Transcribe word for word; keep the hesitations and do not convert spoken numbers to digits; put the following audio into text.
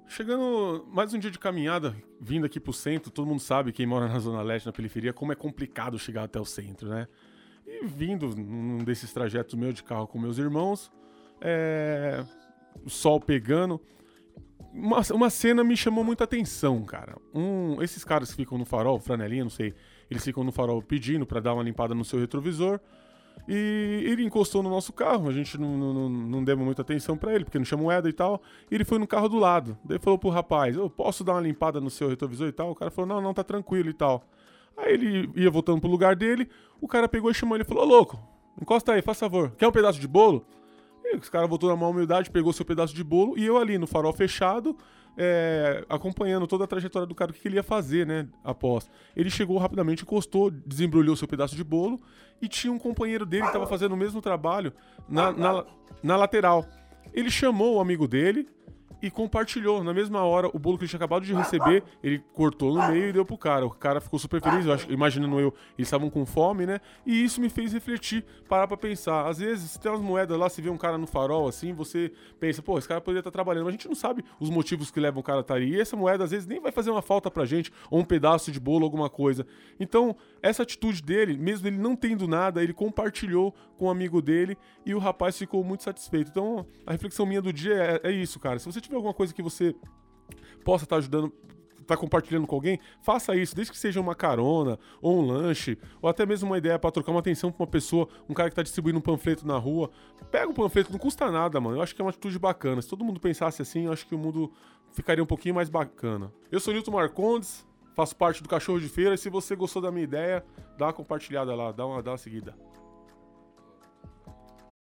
Chegando mais um dia de caminhada, vindo aqui pro centro, todo mundo sabe, quem mora na Zona Leste, na periferia, como é complicado chegar até o centro, né? E vindo num desses trajetos meu de carro com meus irmãos, é... o sol pegando, uma, uma cena me chamou muita atenção, cara. Um, esses caras que ficam no farol, franelinha, não sei, eles ficam no farol pedindo pra dar uma limpada no seu retrovisor. E ele encostou no nosso carro, a gente não, não, não deu muita atenção pra ele, porque não tinha moeda e tal. E ele foi no carro do lado. Daí falou pro rapaz, eu posso dar uma limpada no seu retrovisor e tal? O cara falou, não, não, tá tranquilo e tal. Aí ele ia voltando pro lugar dele, o cara pegou e chamou ele e falou, ô louco, encosta aí, faz favor, quer um pedaço de bolo? E os caras voltou na má humildade, pegou seu pedaço de bolo, e eu ali no farol fechado, é, acompanhando toda a trajetória do cara, o que, que ele ia fazer, né, após. Ele chegou rapidamente, encostou, desembrulhou seu pedaço de bolo, e tinha um companheiro dele que estava fazendo o mesmo trabalho na, na, na lateral. Ele chamou o amigo dele e compartilhou. Na mesma hora, o bolo que ele tinha acabado de receber, ele cortou no meio e deu pro cara. O cara ficou super feliz, eu acho, imaginando eu, eles estavam com fome, né? E isso me fez refletir, parar pra pensar. Às vezes, se tem umas moedas lá, se vê um cara no farol, assim, você pensa, pô, esse cara poderia estar trabalhando. Mas a gente não sabe os motivos que levam o cara a estar aí. E essa moeda, às vezes, nem vai fazer uma falta pra gente, ou um pedaço de bolo, alguma coisa. Então, essa atitude dele, mesmo ele não tendo nada, ele compartilhou com um amigo dele e o rapaz ficou muito satisfeito. Então, a reflexão minha do dia é, é isso, cara. Se você tiver alguma coisa que você possa estar ajudando, tá compartilhando com alguém, faça isso, desde que seja uma carona, ou um lanche, ou até mesmo uma ideia pra trocar uma atenção pra uma pessoa, um cara que tá distribuindo um panfleto na rua. Pega o panfleto, não custa nada, mano. Eu acho que é uma atitude bacana. Se todo mundo pensasse assim, eu acho que o mundo ficaria um pouquinho mais bacana. Eu sou Nilton Marcondes, faço parte do Cachorro de Feira, e se você gostou da minha ideia, dá uma compartilhada lá, dá uma, dá uma seguida.